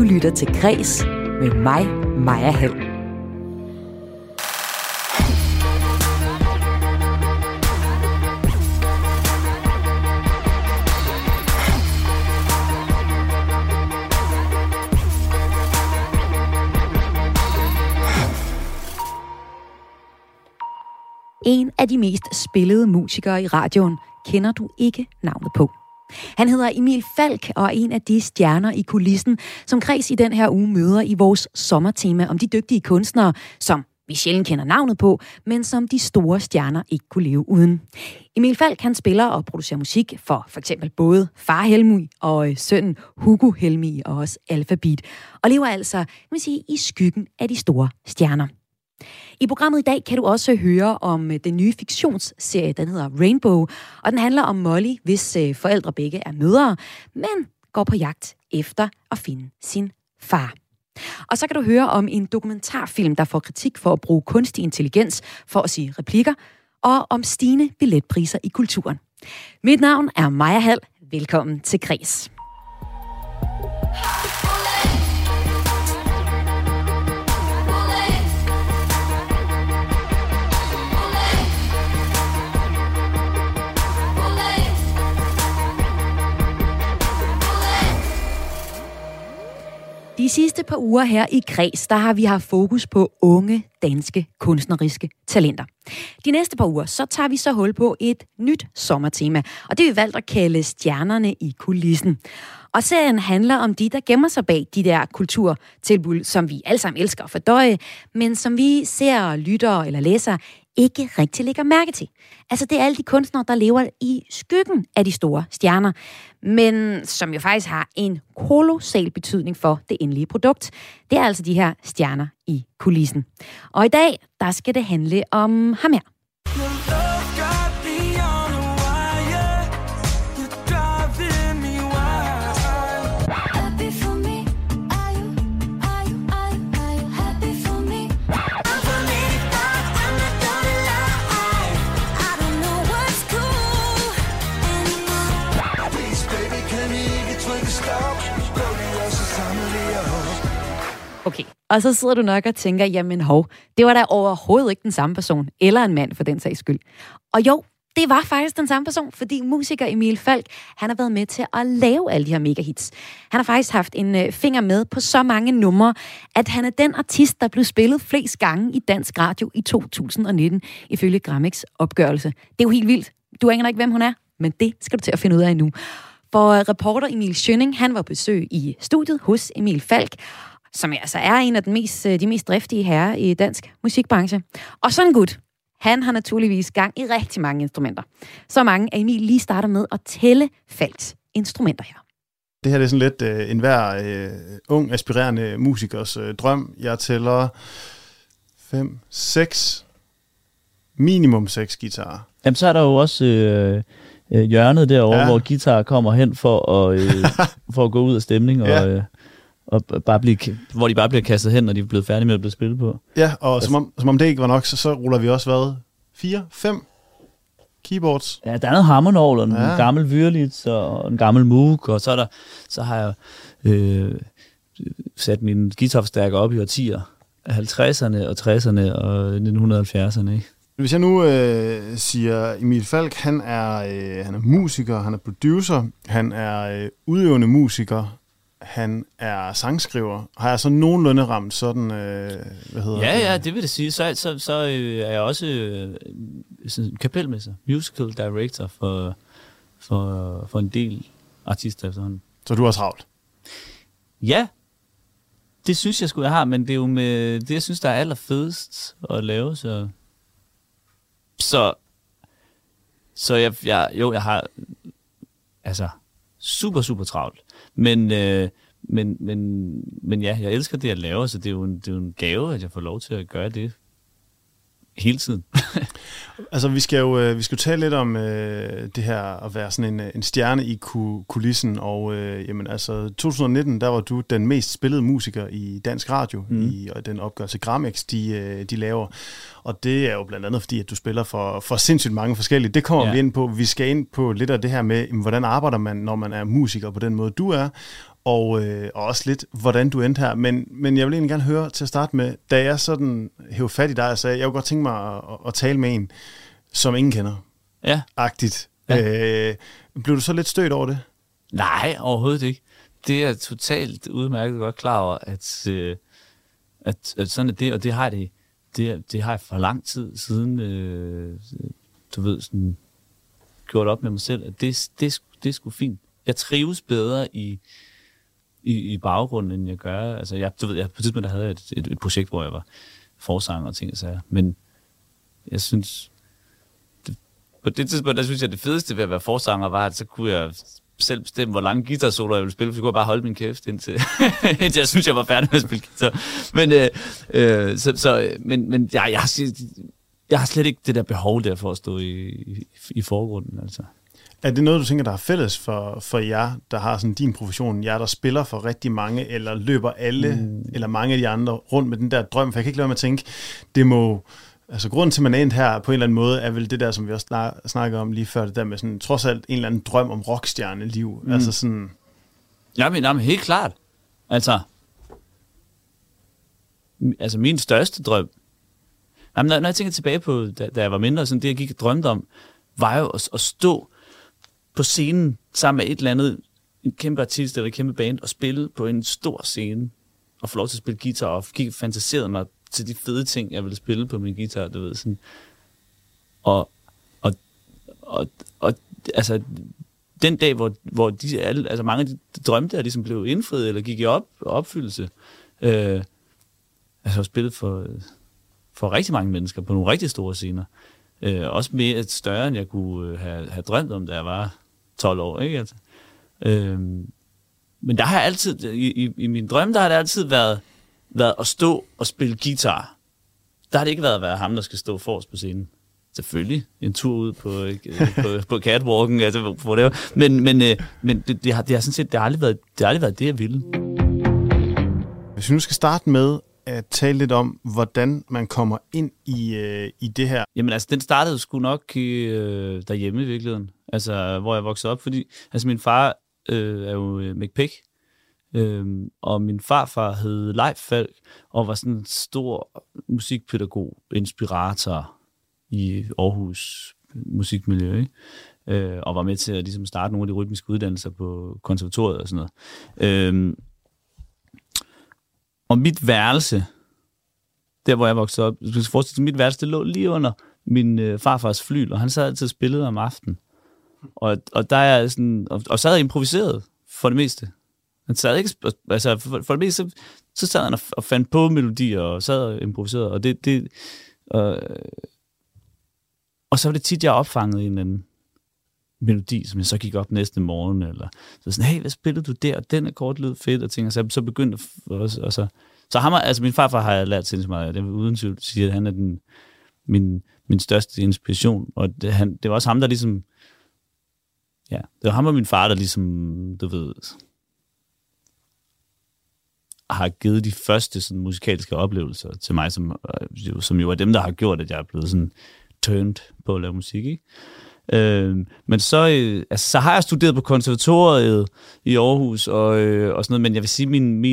lytter til Græs med mig, Maja Hall. En af de mest spillede musikere i radioen kender du ikke navnet på. Han hedder Emil Falk og er en af de stjerner i kulissen, som Græs i den her uge møder i vores sommertema om de dygtige kunstnere, som vi sjældent kender navnet på, men som de store stjerner ikke kunne leve uden. Emil Falk, han spiller og producerer musik for eksempel både far Helmig og sønnen Hugo Helmig og også Alphabeat, og lever altså, kan man sige, i skyggen af de store stjerner. I programmet i dag kan du også høre om den nye fiktionsserie, den hedder Rainbow, og den handler om Molly, hvis forældre begge er mødre, men går på jagt efter at finde sin far. Og så kan du høre om en dokumentarfilm, der får kritik for at bruge kunstig intelligens for at sige replikker, og om stigende billetpriser i kulturen. Mit navn er Maja Hall. Velkommen til Græs. De sidste par uger her i Græs, der har vi haft fokus på unge danske kunstneriske talenter. De næste par uger, så tager vi så hul på et nyt sommertema, og det er vi valgt at kalde Stjernerne i kulissen. Og serien handler om de, der gemmer sig bag de der kulturtilbud, som vi alle sammen elsker at fordøje, men som vi ser, lytter eller læser ikke rigtig lægger mærke til. Altså det er alle de kunstnere, der lever i skyggen af de store stjerner, men som jo faktisk har en kolossal betydning for det endelige produkt. Det er altså de her stjerner i kulissen. Og i dag, der skal det handle om ham her. Okay, og så sidder du nok og tænker, jamen hov, det var da overhovedet ikke den samme person, eller en mand for den sags skyld. Og jo, det var faktisk den samme person, fordi musiker Emil Falk, han har været med til at lave alle de her megahits. Han har faktisk haft en finger med på så mange numre, at han er den artist, der blev spillet flest gange i dansk radio i 2019, ifølge Grammix opgørelse. Det er jo helt vildt. Du aner ikke, hvem hun er, men det skal du til at finde ud af nu. For reporter Emil Schønning, han var på besøg i studiet hos Emil Falk, som altså er en af de mest driftige herrer i dansk musikbranche. Og sådan en gut, han har naturligvis gang i rigtig mange instrumenter. Så mange, at Emil lige starter med at tælle Falks instrumenter her. Det her det er sådan lidt enhver ung, aspirerende musikers drøm. Jeg tæller 5, 6, minimum 6 guitarer. Jamen, så er der jo også hjørnet derovre, ja, hvor guitar kommer hen for at gå ud af stemning, ja, og hvor de bare bliver kastet hen, når de er blevet færdige med at blive spillet på. Ja, og som om det ikke var nok, så ruller vi også 4, 5 keyboards. Ja, der er noget hammernål, og en gammel Wurlitz, og en gammel Moog, og så har jeg sat min guitarforstærker op i årtier, 50'erne og 60'erne og 1970'erne, ikke? Hvis jeg nu siger Emil Falk, han er musiker, han er producer, han er udøvende musiker, han er sangskriver. Har jeg så nogenlunde ramt sådan, Ja, det vil det sige. Så er jeg også kapelmester, musical director for en del artister efterhånden. Så du er også travlt? Ja, det synes jeg sgu, jeg har, men det er jo med det, jeg synes, der er allerfedest at lave, Så jeg har altså super, super travlt. Men ja, jeg elsker det, jeg laver, så det er jo en gave, at jeg får lov til at gøre det hele tiden. Altså, vi skal jo tale lidt om det her at være sådan en stjerne i kulissen, og jamen altså 2019, der var du den mest spillede musiker i dansk radio, i den opgørelse Grammix, de laver. Og det er jo blandt andet fordi, at du spiller for sindssygt mange forskellige. Det kommer vi ind på. Vi skal ind på lidt af det her med, hvordan arbejder man, når man er musiker på den måde, du er. og også lidt, hvordan du endte her. Men jeg vil egentlig gerne høre til at starte med, da jeg sådan hævde fat i dig og sagde, jeg kunne godt tænke mig at tale med en, som ingen kender. Ja. Agtigt. Ja. Blev du så lidt stødt over det? Nej, overhovedet ikke. Det er totalt udmærket godt klar over, at sådan er det, og det har det har jeg for lang tid siden, du ved, sådan gjort op med mig selv, at det er sgu fint. Jeg trives bedre i baggrunden, end jeg gør. Altså, du ved, på et tidspunkt, der havde jeg et projekt, hvor jeg var forsanger og ting og sager, men jeg synes, på det tidspunkt, der synes jeg, det fedeste ved at være forsanger var, at så kunne jeg selv bestemme, hvor lange guitarsoloer jeg ville spille, for jeg kunne bare holde min kæft indtil jeg synes, jeg var færdig med at spille guitar. Men jeg har slet ikke det der behov der for at stå i forgrunden, altså. Er det noget, du tænker, der er fælles for jer, der har sådan din profession, jer, der spiller for rigtig mange, eller løber alle, eller mange af de andre rundt med den der drøm? For jeg kan ikke lade mig at tænke, det må... Altså grunden til, at man er endt her på en eller anden måde, er vel det der, som vi også snakkede om lige før, det der med sådan, trods alt en eller anden drøm om rockstjerne-liv. Altså sådan... Jamen, helt klart. Altså min største drøm, når jeg tænker tilbage på, da jeg var mindre, sådan det jeg gik og drømte om, var jo at stå på scenen sammen med et eller andet, en kæmpe artist eller et kæmpe band, og spille på en stor scene, og få lov til at spille guitar, og fantaserede mig til de fede ting, jeg ville spille på min guitar, du ved, sådan. Og altså, den dag, hvor de alle, altså mange af de drømte, der ligesom blev indfriet, eller gik i opfyldelse, altså spillet for rigtig mange mennesker, på nogle rigtig store scener. Også mere større, end jeg kunne have drømt om, da jeg var 12 år, ikke? Altså. Men der har jeg altid, i min drømme, der har det altid været at stå og spille guitar. Der har det ikke været at være ham, der skal stå forrest på scenen. Selvfølgelig. En tur ud på catwalken, altså whatever. Men det har sådan set, det har aldrig været det, jeg ville. Hvis vi nu skal starte med at tale lidt om, hvordan man kommer ind i det her. Jamen altså, den startede sgu nok derhjemme i virkeligheden. Altså, hvor jeg voksede op, fordi altså min far er jo McPick, og min farfar hed Leif Falk, og var sådan en stor musikpædagog, inspirator i Aarhus musikmiljø, ikke? Og var med til at ligesom starte nogle af de rytmiske uddannelser på konservatoriet og sådan noget. Og mit værelse, der hvor jeg voksede op, du skal forestille sig, mit værelse, det lå lige under min farfars flyl, og han sad altid og spillede om aftenen. Og der er sådan, og sad og improviseret for det meste. Han sad ikke, altså for det meste, så sad han og fandt på melodier, og sad og improviserede, og så var det tit, jeg opfangede en eller anden melodi, som jeg så gik op næste morgen, eller så sådan, hey, hvad spillede du der, og den akkord lød fedt, og ting, så begyndte og så ham, altså min farfar har jeg lært sindssygt meget, det uden tvivl sige, at han er min største inspiration, og det var også ham, der ligesom, ja, det var ham og min far, der ligesom, du ved, har givet de første sådan musikalske oplevelser til mig, som jo er dem, der har gjort, at jeg er blevet sådan turned på at lave musik, ikke? Men så har jeg studeret på konservatoriet i Aarhus og sådan noget, men jeg vil sige,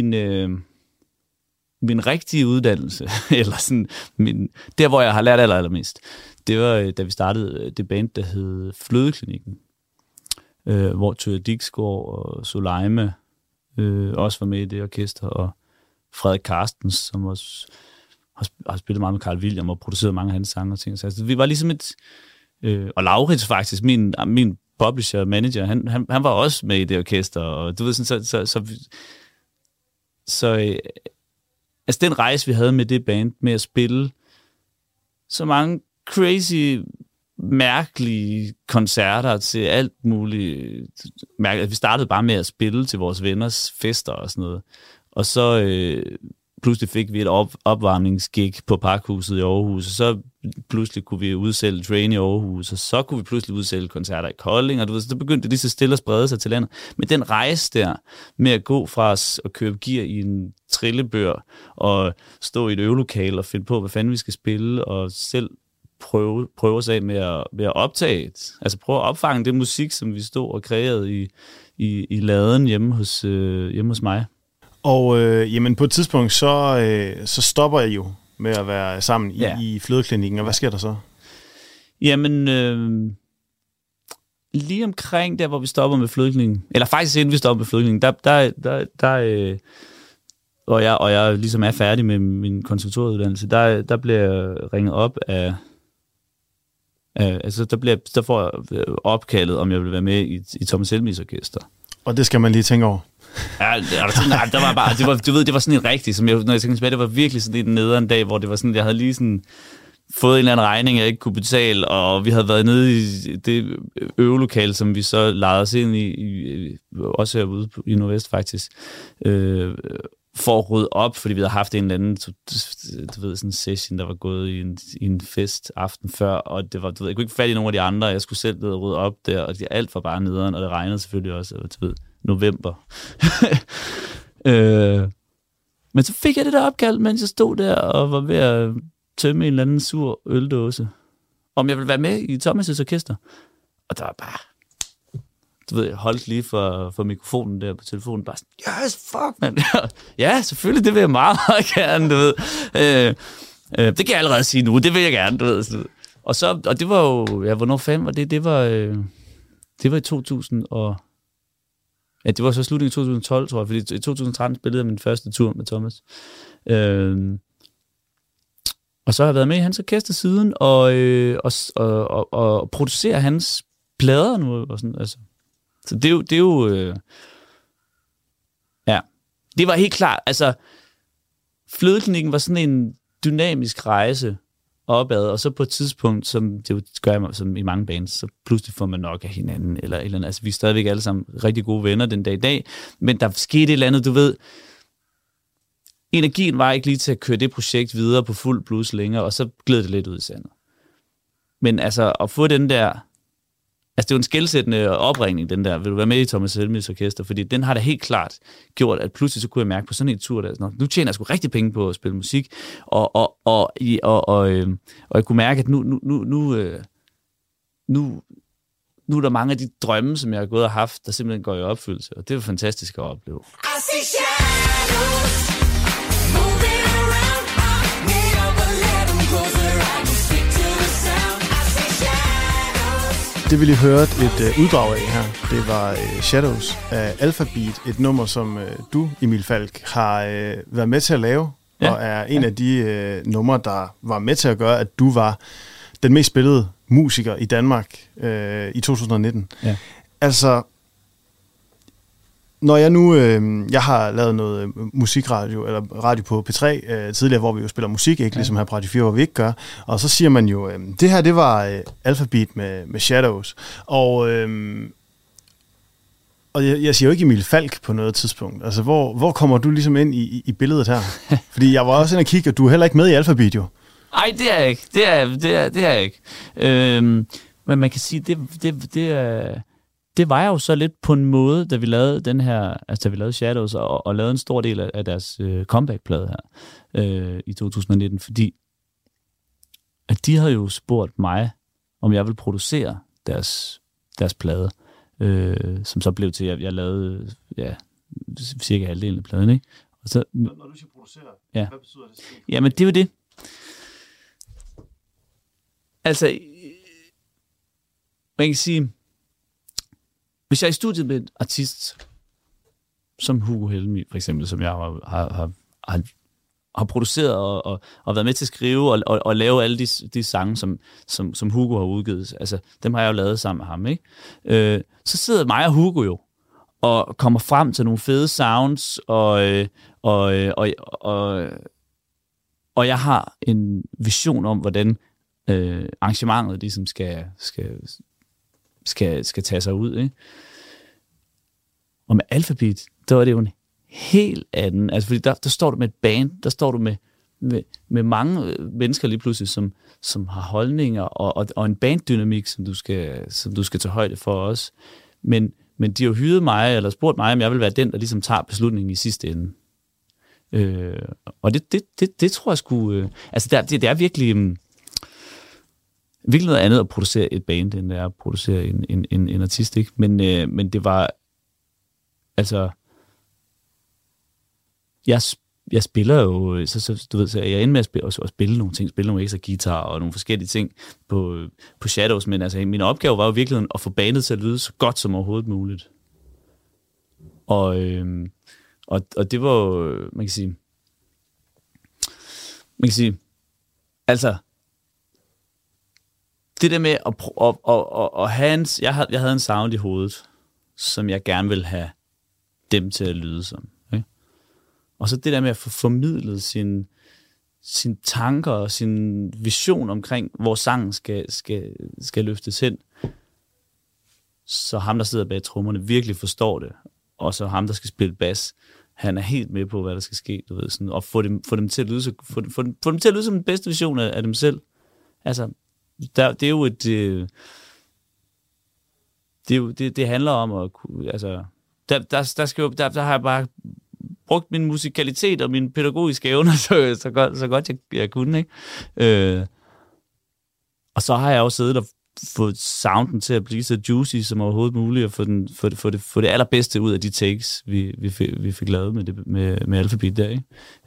min rigtige uddannelse, eller sådan, der hvor jeg har lært allermest, det var, da vi startede det band, der hed Flødeklinikken, hvor Tøger Diksgaard og Soleima også var med i det orkester, og Frederik Carstens, som også har spillet meget med Carl William og produceret mange af hans sange og ting. Så altså, vi var ligesom og Laurits faktisk, min publisher, manager, han var også med i det orkester, og du ved sådan, så altså den rejse, vi havde med det band, med at spille så mange crazy, mærkelige koncerter til alt muligt mærkeligt. Vi startede bare med at spille til vores venners fester og sådan noget, og så pludselig fik vi et opvarmningsgig på Parkhuset i Aarhus, og så pludselig kunne vi udsælge Train i Aarhus, og så kunne vi pludselig udsælge koncerter i Kolding, og du ved, så begyndte det lige så stille at sprede sig til landet. Men den rejse der, med at gå fra at købe gear i en trillebør, og stå i et øvelokale og finde på, hvad fanden vi skal spille, og selv prøve os af med at optage, altså prøve at opfange det musik, som vi stod og kreerede i laden hjemme hos mig. Og jamen på et tidspunkt, så stopper jeg jo med at være sammen i Flødeklinikken, og hvad sker der så? Jamen, lige omkring der, hvor vi stopper med Flødeklinikken, eller faktisk inden vi stopper med Flødeklinikken, og jeg ligesom er færdig med min konservatorieuddannelse, der bliver jeg ringet op af altså der får jeg opkaldet, om jeg vil være med i Thomas Helmigs orkester. Og det skal man lige tænke over. Ja, der var bare, det var sådan en rigtig, som når jeg tænker tilbage, det var virkelig sådan en nederen dag, hvor det var sådan, jeg havde lige sådan fået en eller anden regning, jeg ikke kunne betale, og vi havde været nede i det øvelokale, som vi så lejede os ind i også herude i Nordvest faktisk, for at rydde op, fordi vi havde haft en eller anden, du ved, sådan en session, der var gået i en fest aften før, og det var, du ved, jeg kunne ikke fat i nogen af de andre, jeg skulle selv ned og rydde op der, og alt var bare nederen, og det regnede selvfølgelig også, du ved, november. Men så fik jeg det der opkald, mens jeg stod der og var ved at tømme en eller anden sur øldåse, om jeg ville være med i Thomas' orkester. Og der var bare, du ved, jeg holdt lige for mikrofonen der på telefonen, bare sådan, yes, fuck, man. Ja, selvfølgelig, det vil jeg meget gerne, du ved. Det kan jeg allerede sige nu, det vil jeg gerne, du ved. Og det var jo, ja, hvornår fanden var det? Det var i 2000 og... Ja, det var så slutningen i 2012, tror jeg, fordi i 2013 spillede jeg min første tur med Thomas. Og så har jeg været med i hans orkester siden, og producere hans plader nu, og sådan, altså. Så det er jo ja, det var helt klart, altså, Flødeklinikken var sådan en dynamisk rejse opad, og så på et tidspunkt, som det gør som i mange bands, så pludselig får man nok af hinanden, eller andet. Altså, vi er stadigvæk alle sammen rigtig gode venner den dag i dag, men der skete et eller andet, du ved, energien var ikke lige til at køre det projekt videre på fuld blus længere, og så gled det lidt ud i sandet. Men altså, at få den der, altså det er jo en skelsættende opringning, den der, vil du være med i Thomas Helmigs orkester, fordi den har da helt klart gjort, at pludselig så kunne jeg mærke på sådan en tur, der, nu tjener jeg sgu rigtig penge på at spille musik, og jeg kunne mærke, at nu er der mange af de drømme, som jeg har gået og haft, der simpelthen går i opfyldelse, og det var fantastisk at opleve. Det vi lige hørte et uddrag af her, det var Shadows af Alphabeat, et nummer, som du, Emil Falk, har været med til at lave, og er en af de numre, der var med til at gøre, at du var den mest spillede musiker i Danmark i 2019. Ja. Altså, når jeg nu, jeg har lavet noget musikradio, eller radio på P3 tidligere, hvor vi jo spiller musik, ikke ligesom her på Radio 4, hvor vi ikke gør, og så siger man jo, det her, det var Alphabeat med Shadows, og jeg siger jo ikke Emil Falk på noget tidspunkt, altså hvor kommer du ligesom ind i billedet her? Fordi jeg var også inde og kigge, og du er heller ikke med i Alphabeat jo. Nej, det er jeg ikke, det er jeg ikke. Men man kan sige, det var jo så lidt på en måde, da vi lavede den her, altså da vi lavede Shadows og lavede en stor del af deres comeback-plade her i 2019, fordi at de havde jo spurgt mig, om jeg ville producere deres plade, som så blev til, at jeg lavede cirka halvdelen af pladen, ikke? Og så, når du siger producere, hvad betyder det? Jamen, det er jo det. Altså, man kan sige, hvis jeg er i studiet med en artist, som Hugo Helmig, for eksempel, som jeg har produceret og været med til at skrive og lave alle de sange, som Hugo har udgivet, altså dem har jeg jo lavet sammen med ham, ikke? Så sidder mig og Hugo jo og kommer frem til nogle fede sounds, og jeg har en vision om, hvordan arrangementet ligesom skal tage sig ud, ikke? Og med Alphabeat, der var det jo en helt anden, altså fordi der står du med et band, der står du med mange mennesker lige pludselig, som har holdninger og en banddynamik, som du skal tage højde for også. Men de har jo hyret mig, eller spurgt mig, om jeg vil være den, der ligesom tager beslutningen i sidste ende. Og det tror jeg sgu, altså det er virkelig, virkelig noget andet at producere et band, end at producere en artist, ikke? Men det var, altså, jeg spiller jo, så du ved, så jeg ender med at spille nogle ting, spille nogle ekstra guitar og nogle forskellige ting på Shadows, men altså, min opgave var jo virkelig at få bandet til at lyde så godt som overhovedet muligt. Og det var jo, man kan sige, altså, det der med at have jeg havde en sound i hovedet, som jeg gerne ville have dem til at lyde som. Okay? Og så det der med at få formidlet sine tanker og sin vision omkring, hvor sangen skal løftes hen, så ham, der sidder bag trommerne, virkelig forstår det. Og så ham, der skal spille bas, han er helt med på, hvad der skal ske, du ved, sådan, og få dem til at lyde få dem til at lyde som den bedste vision af dem selv. Altså, det er jo et... Det handler om at... Altså, der har jeg bare brugt min musikalitet og min pædagogiske evner så godt jeg kunne, ikke? Og så har jeg også siddet og fået sounden til at blive så juicy som overhovedet muligt, og få det allerbedste ud af de takes, vi fik lavet med Alphabeat der, ikke?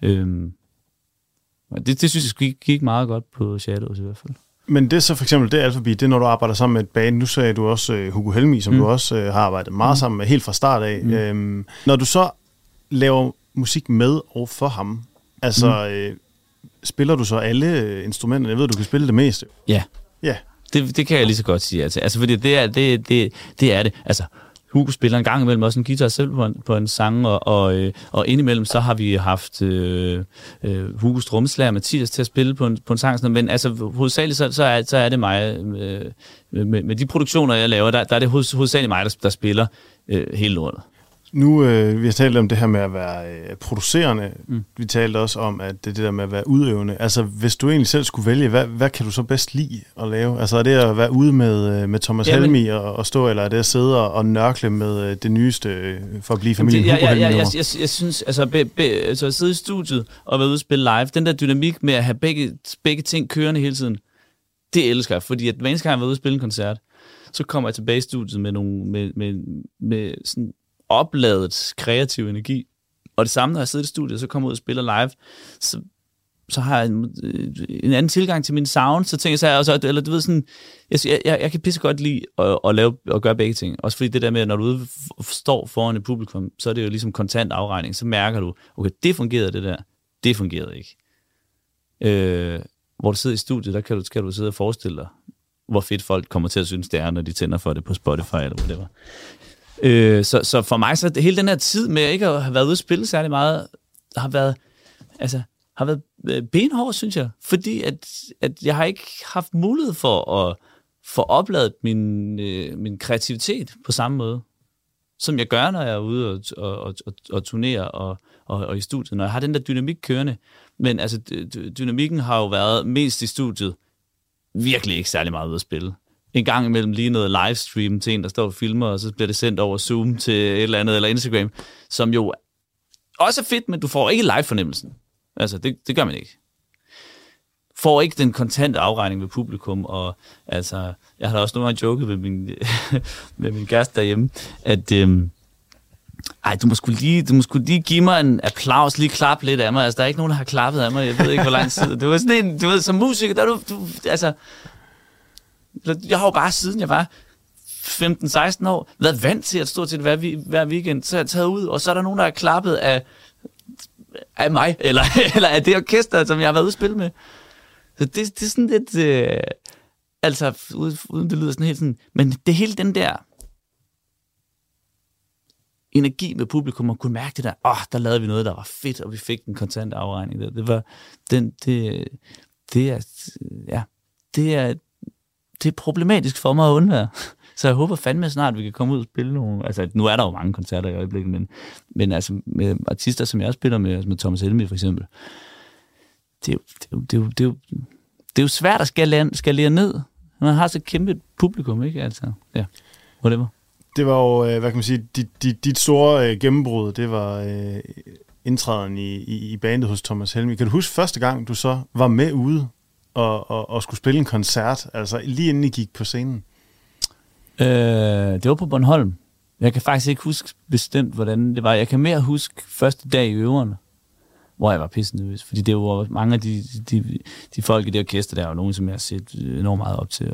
Det synes jeg gik meget godt på Shadows i hvert fald. Men det er så for eksempel det Alphabeat, det er når du arbejder sammen med et band. Nu sagde du også Hugo Helmig, som du også har arbejdet meget sammen med helt fra start af. Når du så laver musik med og for ham, altså spiller du så alle instrumenter? Jeg ved, du kan spille det meste. Ja. Det kan jeg lige så godt sige. Altså fordi det er det. Altså, Hugo spiller en gang imellem også en guitar selv på en sang, og indimellem så har vi haft Hugos trommeslager Mathias til at spille på en sang, men altså hovedsageligt så er det mig, med de produktioner, jeg laver, der er det hovedsageligt mig, der spiller hele lortet. Nu, vi har talt om det her med at være producerende. Vi talte også om, at det der med at være udøvende. Altså, hvis du egentlig selv skulle vælge, hvad kan du så bedst lide at lave? Altså, er det at være ude med Thomas Helmig og stå, eller er det at sidde og nørkle med det nyeste for at blive familien Hugo Helmig? Jeg synes, altså at sidde i studiet og være ude og spille live, den der dynamik med at have begge ting kørende hele tiden, det elsker jeg, fordi at hver eneste gang jeg var ude og spille en koncert, så kommer jeg tilbage i studiet med sådan opladet kreativ energi. Og det samme, når jeg sidder i studiet, så kommer jeg ud og spiller live, så har jeg en anden tilgang til min sound, så tænker jeg så, eller du ved sådan, jeg kan pisse godt lide at lave og gøre begge ting. Også fordi det der med, at når du står foran et publikum, så er det jo ligesom kontant afregning, så mærker du, okay, det fungerede det der, det fungerede ikke. Hvor du sidder i studiet, der kan du sidde og forestille dig, hvor fedt folk kommer til at synes, det er, når de tænder for det på Spotify eller whatever. Så for mig, så hele den her tid med ikke at have været ude at spille særlig meget, har været benhård, synes jeg. Fordi at jeg har ikke haft mulighed for at få opladet min kreativitet på samme måde, som jeg gør, når jeg er ude og turnerer og i studiet, når jeg har den der dynamik kørende. Men altså, dynamikken har jo været mest i studiet, virkelig ikke særlig meget ude at spille. En gang imellem lige noget livestream til en, der står og filmer, og så bliver det sendt over Zoom til et eller andet, eller Instagram, som jo også er fedt, men du får ikke live-fornemmelsen. Altså, det gør man ikke. Får ikke den kontante afregning ved publikum, og altså, jeg har da også nogle gange joket med min kæreste derhjemme, at du må sgu lige give mig en applaus, lige klappe lidt af mig. Altså, der er ikke nogen, der har klappet af mig, jeg ved ikke, hvor lang tid. Det var sådan en, du ved, som musiker, der altså, jeg har jo bare siden jeg var 15-16 år været vant til at stå til hver weekend, så er jeg taget ud, og så er der nogen, der har klappet af mig, eller af det orkester, som jeg har været ude at spille med. Så det er sådan lidt, altså uden det lyder sådan helt sådan, men det hele den der energi med publikum, og kunne mærke det der, der lavede vi noget, der var fedt, og vi fik den kontante afregning der. Det var, det er problematisk for mig at undvære. Så jeg håber fandme snart, vi kan komme ud og spille nogle... Altså, nu er der jo mange koncerter i øjeblikket, men altså med artister, som jeg spiller med, altså med Thomas Helmig for eksempel, det er jo svært at skalere ned. Man har så kæmpe publikum, ikke? Altså, ja, whatever. Det var jo, hvad kan man sige, dit store gennembrud, det var indtræden i bandet hos Thomas Helmig. Kan du huske første gang, du så var med ude at skulle spille en koncert, altså lige inden I gik på scenen? Det var på Bornholm. Jeg kan faktisk ikke huske bestemt, hvordan det var. Jeg kan mere huske første dag i øverne, hvor jeg var pissenervøs, fordi det var mange af de folk i det orkester, der var nogen, som jeg har set enormt meget op til.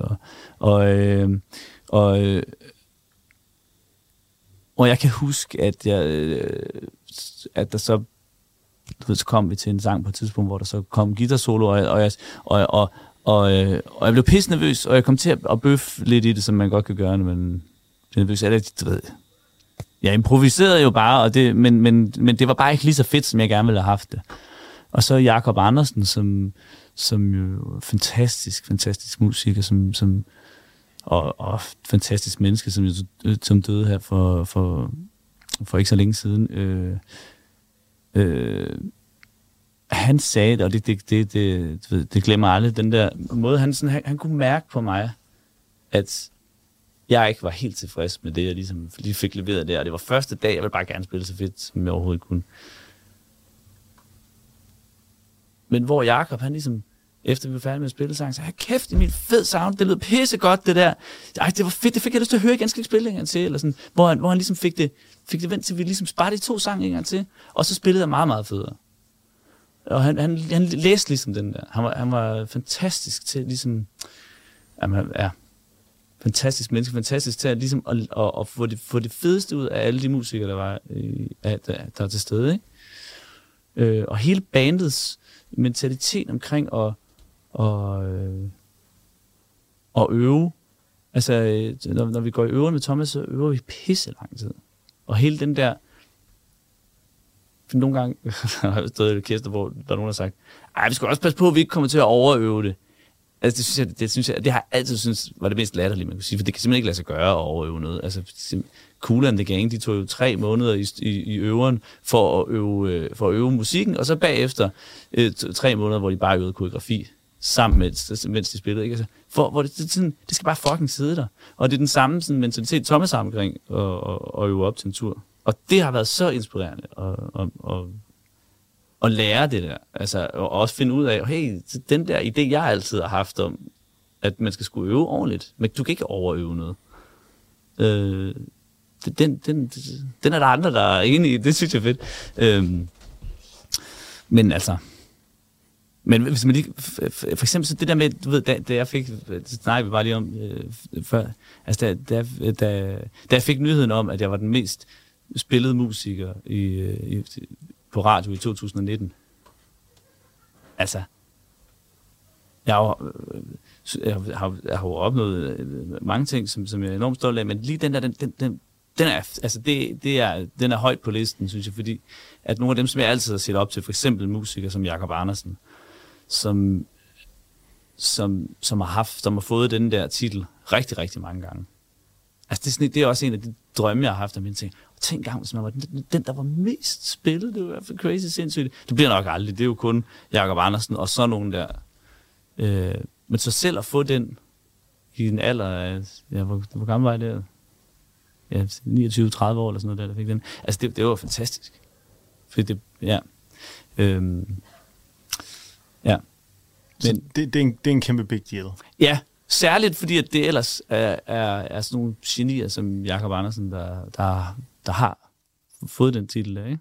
Og jeg kan huske, at der så kom vi til en sang på et tidspunkt, hvor der så kom guitarsolo, og jeg blev pissenervøs, og jeg kom til at bøffe lidt i det, som man godt kan gøre, men nervøs. Jeg improviserede jo bare, men det var bare ikke lige så fedt, som jeg gerne ville have haft det. Og så Jakob Andersen, som jo fantastisk musiker, og fantastisk menneske, som døde her for ikke så længe siden. Han sagde det, og det glemmer aldrig, den der måde, han kunne mærke på mig, at jeg ikke var helt tilfreds med det, jeg ligesom lige fik leveret der. Og det var første dag, jeg ville bare gerne spille så fedt, som jeg overhovedet kunne. Men hvor Jakob, han ligesom, efter vi var færdige med at spille sang, sagde, kæft, det er min fed sound, det lød pissegodt, det der. Ej, det var fedt, det fik jeg lyst til at høre igen, skal ikke spille en gang til, eller sådan. Hvor han ligesom fik det vendt til, vi ligesom bare de 2 sange en gang til, og så spillede jeg meget, meget federe. Og han læste ligesom den der. Han var fantastisk til ligesom, fantastisk menneske, fantastisk til at, ligesom, at få det fedeste ud af alle de musikere, der var der er til stede. Ikke? Og hele bandets mentalitet omkring at øve. Altså, når vi går i øverne med Thomas, så øver vi pisse lang tid. Og hele den der... For nogle gange har jeg stået i et orkester, hvor der er nogen, der har sagt, vi skal også passe på, at vi ikke kommer til at overøve det. Altså, det har jeg altid synes var det mest latterlige, man kunne sige, for det kan simpelthen ikke lade sig gøre at overøve noget. Altså, Kool and the Gang, de tog jo 3 måneder i øveren for at øve musikken, og så bagefter 3 måneder, hvor de bare øvede koreografi sammen mens de spillede. Ikke? Altså, hvor det skal bare fucking sidde der. Og det er den samme sådan, mentalitet, Thomas har omkring at øve op til en tur. Og det har været så inspirerende at lære det der. Altså, og også finde ud af, hey, den der idé, jeg altid har haft om, at man skal skulle øve ordentligt, men du kan ikke overøve noget. Den er der andre, der er enige i. Det synes jeg er fedt. Men altså... Men hvis man lige... For eksempel så det der med, du ved, da jeg fik... Det snakkede vi bare lige om før. Altså, da jeg fik nyheden om, at jeg var den mest spillede musiker på radio i 2019. Altså... Jeg har jo opnået mange ting, som jeg er enormt stolt af, men lige den der, den er, altså den er højt på listen, synes jeg, fordi at nogle af dem, som jeg altid har set op til, for eksempel musikere som Jakob Andersen, som har fået den der titel rigtig, rigtig mange gange. Altså det er også en af de drømme, jeg har haft af mine ting. Og tænk gang, hvis man var den, der var mest spillet, det var i hvert fald crazy sindssygt. Det bliver nok aldrig, det er jo kun Jakob Andersen og så nogen der. Men så selv at få den i en alder af, hvor gammel var jeg der? Ja, 29-30 år eller sådan noget der fik den. Altså det var fantastisk. Fordi det, ja. Ja. Men det er en kæmpe big deal. Ja, særligt fordi at det ellers er sådan nogle genier som Jakob Andersen, der har fået den titel af, ikke?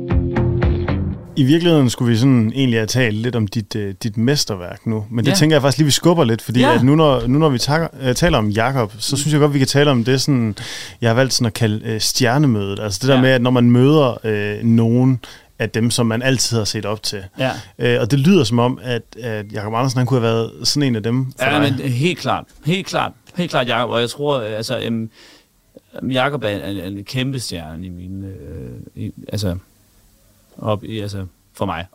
I virkeligheden skulle vi sådan egentlig have talt lidt om dit mesterværk nu, men det tænker jeg faktisk lige, vi skubber lidt, fordi at nu når vi taler om Jakob, så synes jeg godt, vi kan tale om det sådan, jeg har valgt sådan at kalde stjernemødet, altså det der med, at når man møder nogen af dem, som man altid har set op til. Ja. Og det lyder som om, at Jakob Andersen, han kunne have været sådan en af dem for dig. Men helt klart Jakob, og jeg tror, altså, Jakob er en kæmpe stjerne i mine, altså for mig.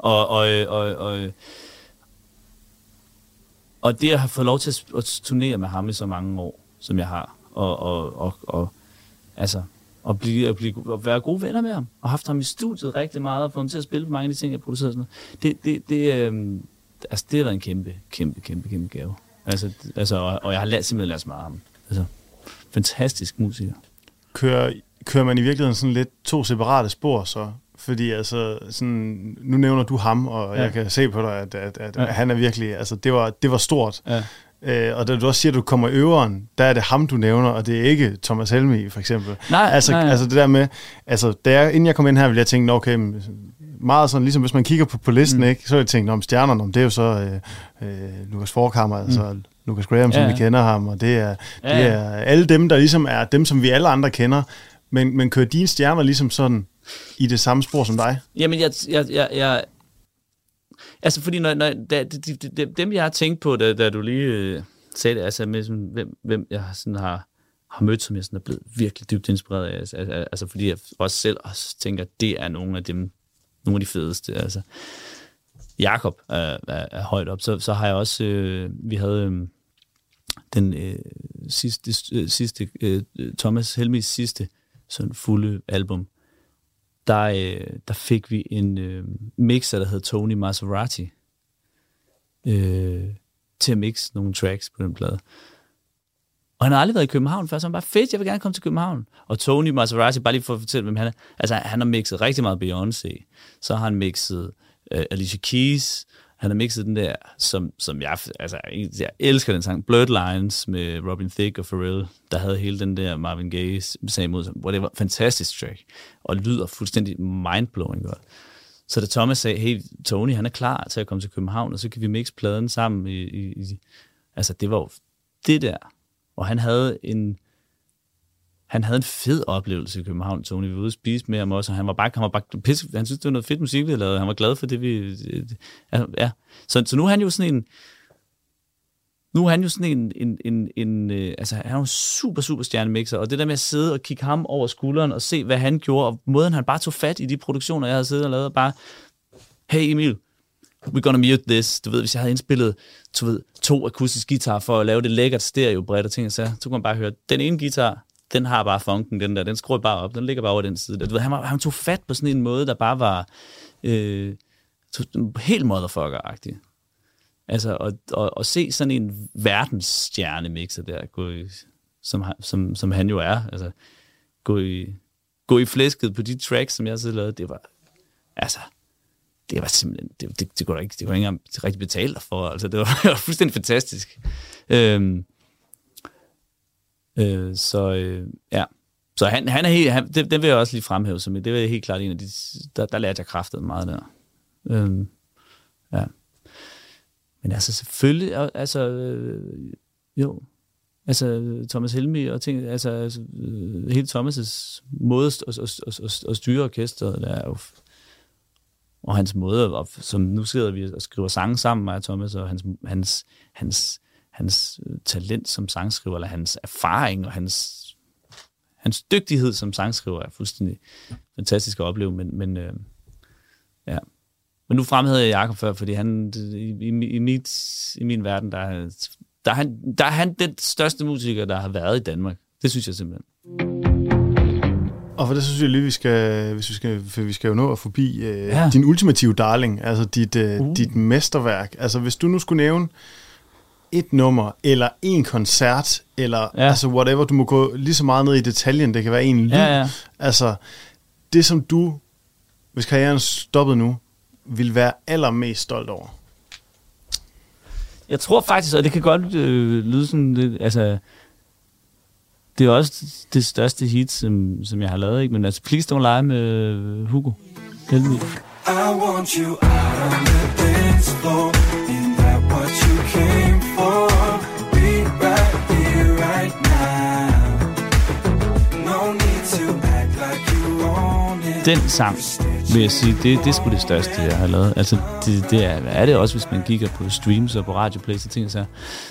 Og det at have fået lov til at turnere med ham i så mange år, som jeg har, og at være gode venner med ham, og haft ham i studiet rigtig meget, og få ham til at spille på mange af de ting, jeg producerer sådan noget. Det har været en kæmpe gave. Og jeg har simpelthen lært så meget af ham. Altså, fantastisk musiker. Kører man i virkeligheden sådan lidt 2 separate spor så? fordi altså, sådan, nu nævner du ham, og jeg kan se på dig, at han er virkelig, altså det var stort. Ja. Og da du også siger, at du kommer i øveren, der er det ham, du nævner, og det er ikke Thomas Helmig, for eksempel. Nej. Altså det der med, altså inden jeg kom ind her, ville jeg tænke, okay, meget sådan, ligesom hvis man kigger på listen, ikke, så har jeg tænkt, om stjernerne, det er jo så Lukas Forchhammer, altså Lucas Graham, som vi kender ham, og det er alle dem, der ligesom er dem, som vi alle andre kender, men kører dine stjerner ligesom sådan i det samme spor som dig? Jamen, jeg altså, fordi dem, jeg har tænkt på, da du lige sagde det, altså med sådan, hvem jeg sådan har mødt, som jeg sådan er blevet virkelig dybt inspireret af, altså fordi jeg også selv tænker, at det er nogle af de fedeste, altså. Jakob er højt op, så har jeg også, vi havde den sidste Thomas Helmigs sidste sådan fulde album, der fik vi en mixer, der hed Tony Maserati, til at mixe nogle tracks på den plade. Og han har aldrig været i København før, så han bare, fedt, jeg vil gerne komme til København. Og Tony Maserati, bare lige for at fortælle, hvem han er, altså han har mixet rigtig meget Beyoncé, så har han mixet Alicia Keys, han har mixet den der, som jeg elsker den sang, Bloodlines med Robin Thicke og Pharrell, der havde hele den der Marvin Gaye sag mod, hvor det var en fantastisk track, og lyder fuldstændig mindblowing godt. Så da Thomas sagde, hey Tony, han er klar til at komme til København, og så kan vi mixe pladen sammen altså det var jo det der, og han havde en fed oplevelse i København, Tony. Vi var ude at spise med ham også, og han var bare pisse. Han synes, det var noget fedt musik, vi havde lavet. Han var glad for det, vi... Ja. Så nu er han jo sådan en... altså, han er jo en super, super stjernemixer, og det der med at sidde og kigge ham over skulderen og se, hvad han gjorde, og måden han bare tog fat i de produktioner, jeg havde siddet og lavet, bare... Hey Emil, we're gonna mute this. Du ved, hvis jeg havde indspillet 2 akustiske guitar for at lave det lækkert stereo-bredt og ting, så kunne man bare høre, den ene guitar, den har bare funken, den skruer bare op, den ligger bare over den side. Du ved, han tog fat på sådan en måde, der bare var helt motherfucker-agtig. Altså, og se sådan en verdensstjerne-mixer der, som han jo er, altså, gå i flæsket på de tracks, som jeg selv lavede, det var simpelthen, det kunne ikke engang rigtig betale dig for, altså, det var fuldstændig fantastisk. Så han er helt, den vil jeg også lige fremhæve, som det er helt klart en af de, der lærte jeg kraftet meget der. Ja. Men altså selvfølgelig, Thomas Helmig og ting, hele Thomas' måde at styre orkestret, der er jo, og hans måde, som nu sidder vi og skriver sange sammen, mig og Thomas, og hans talent som sangskriver, eller hans erfaring og hans dygtighed som sangskriver er fuldstændig fantastisk at opleve, men nu fremhævede jeg Jakob før, fordi han i min verden, der er han den største musiker, der har været i Danmark. Det synes jeg simpelthen. Og for det synes jeg lige, vi skal jo nå at forbi din ultimative darling, altså dit mesterværk. Altså hvis du nu skulle nævne et nummer, eller en koncert, eller altså whatever, du må gå lige så meget ned i detaljen, det kan være en lyd. Ja. Altså, det som du, hvis karrieren stoppede nu, vil være allermest stolt over? Jeg tror faktisk, og det kan godt lyde sådan, det er også det største hit, som jeg har lavet, ikke? Men altså, Please Don't Lie med Hugo Helmig. I want you out on the dance floor. Ain't that what you came for? Be right here, right now. No need to act like you own it. Den sang, vil jeg sige, det er sgu det største, jeg har lavet. Altså, det er det også, hvis man kigger på streams og på radioplays og ting og så.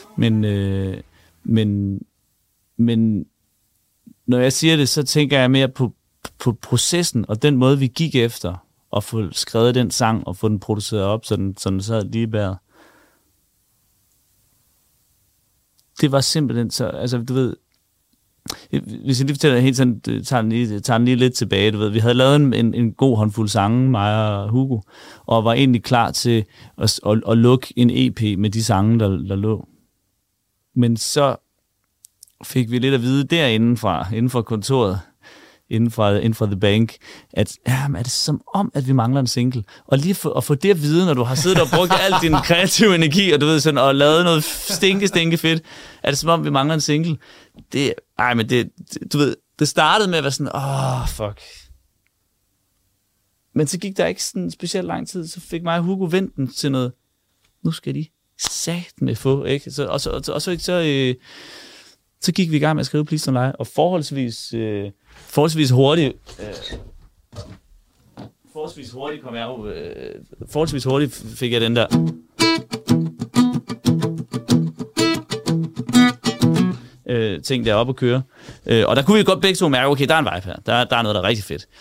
Men når jeg siger det, så tænker jeg mere på processen og den måde, vi gik efter at få skrevet den sang og få den produceret op, så den sad lige bæret. Det var simpelthen så, altså du ved, hvis jeg lige fortæller helt sådan, tager den lige lidt tilbage, du ved, vi havde lavet en god håndfuld sange, mig og Hugo, og var egentlig klar til at lukke en EP med de sange, der lå. Men så fik vi lidt at vide derinde fra kontoret, inden for The Bank, at er det som om, at vi mangler en single. Og lige at få det at vide, når du har siddet og brugt al din kreative energi, og du ved sådan, og lavet noget stinke fedt, er det som om, vi mangler en single. Du ved, det startede med at være sådan, fuck. Men så gik der ikke sådan specielt lang tid, så fik mig og Hugo vendt den til noget, nu skal de satme få, ikke? Så gik vi i gang med at skrive Please Don't Lie, og forholdsvis hurtigt kom jeg jo, forholdsvis hurtigt fik jeg den der. Ting deroppe at køre. Og der kunne vi godt begge to mærke, okay, der er en vibe her. Der er noget, der er rigtig fedt.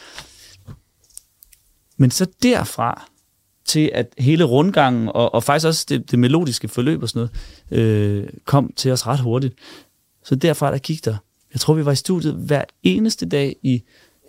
Men så derfra til, at hele rundgangen, og faktisk også det melodiske forløb og sådan noget, kom til os ret hurtigt. Så derfra, der gik der. Jeg tror, vi var i studiet hver eneste dag i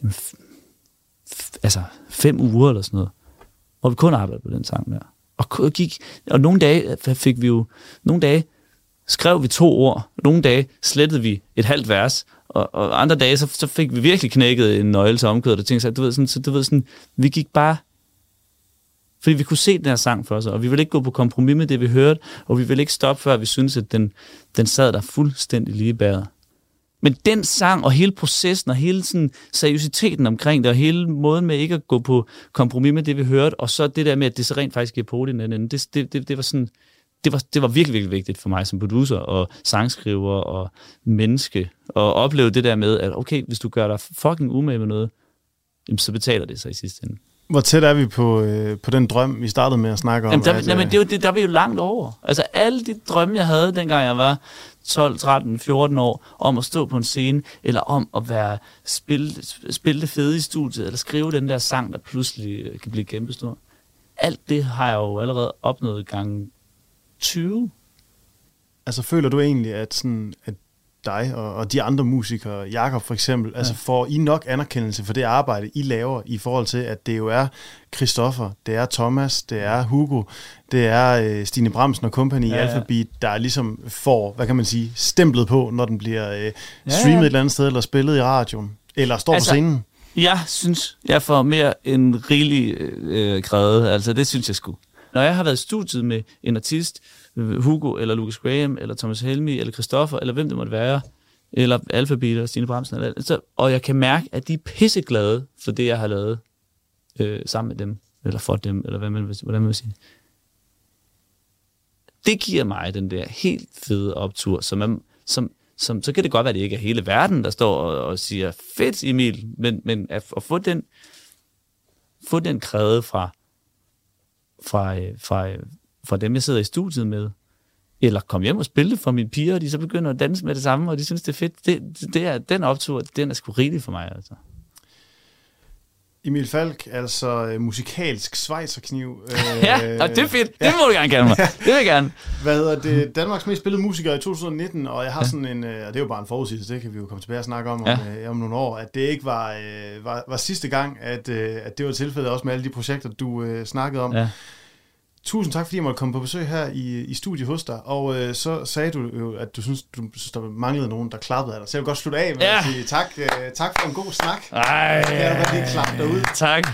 5 uger eller sådan noget. Og vi kun arbejdede på den sang der. Og nogle dage skrev vi 2 ord. Nogle dage slettede vi et halvt vers. Og andre dage, så fik vi virkelig knækket en nøgle til omkødet og tænkte, du ved sådan, vi gik bare, fordi vi kunne se den her sang for os, og vi ville ikke gå på kompromis med det, vi hørte, og vi ville ikke stoppe, før vi syntes, at den sad der fuldstændig lige bæret. Men den sang, og hele processen, og hele sådan seriøsiteten omkring det, og hele måden med ikke at gå på kompromis med det, vi hørte, og så det der med, at det så rent faktisk giver på den anden, det var sådan, det var virkelig, virkelig vigtigt for mig som producer, og sangskriver, og menneske, og opleve det der med, at okay, hvis du gør dig fucking umage med noget, så betaler det sig i sidste ende. Hvor tæt er vi på den drøm, vi startede med at snakke om? Jamen, der er vi jo langt over. Altså alle de drømme, jeg havde, dengang jeg var 12, 13, 14 år, om at stå på en scene, eller om at spille det fede i studiet, eller skrive den der sang, der pludselig kan blive kæmpestor. Alt det har jeg jo allerede opnået gange 20. Altså føler du egentlig, at dig og de andre musikere, Jakob for eksempel, altså får I nok anerkendelse for det arbejde, I laver, i forhold til, at det jo er Christoffer, det er Thomas, det er Hugo, det er Stine Bramsen og company i Alphabeat, der ligesom får, hvad kan man sige, stemplet på, når den bliver streamet et eller andet sted, eller spillet i radioen, eller står på scenen? Jeg synes, jeg får mere end rigelig krævet, altså det synes jeg sgu. Når jeg har været i studiet med en artist, Hugo, eller Lucas Graham, eller Thomas Helmig, eller Christoffer, eller hvem det måtte være, eller Alphabeat, eller Stine Bramsen, og jeg kan mærke, at de er pisseglade for det, jeg har lavet sammen med dem, eller for dem, eller hvordan man vil sige. Det giver mig den der helt fede optur, som så kan det godt være, at det ikke er hele verden, der står og siger, fedt Emil, men at få den kræde fra dem, jeg sidder i studiet med, eller komme hjem og spille det for mine piger, og de så begynder at danse med det samme, og de synes, det er fedt. Det er den optur, den er sgu rigtig for mig, altså. Emil Falk, altså musikalsk schweizerkniv. Ja, det er fedt. Det må du gerne kalde mig. Det vil jeg gerne. Hvad hedder det? Danmarks mest spillede musiker i 2019, og jeg har sådan en, og det er jo bare en forudsigelse, det kan vi jo komme tilbage og snakke om nogle år, at det ikke var sidste gang, at det var tilfældet også med alle de projekter, du snakkede om. Ja. Tusind tak, fordi jeg måtte komme på besøg her i studiet hos dig. Og så sagde du jo, at du synes, der manglede nogen, der klappede af dig. Så jeg vil godt slutte af med at sige tak for en god snak. Ej, kan du godt lige klappe derude. Tak.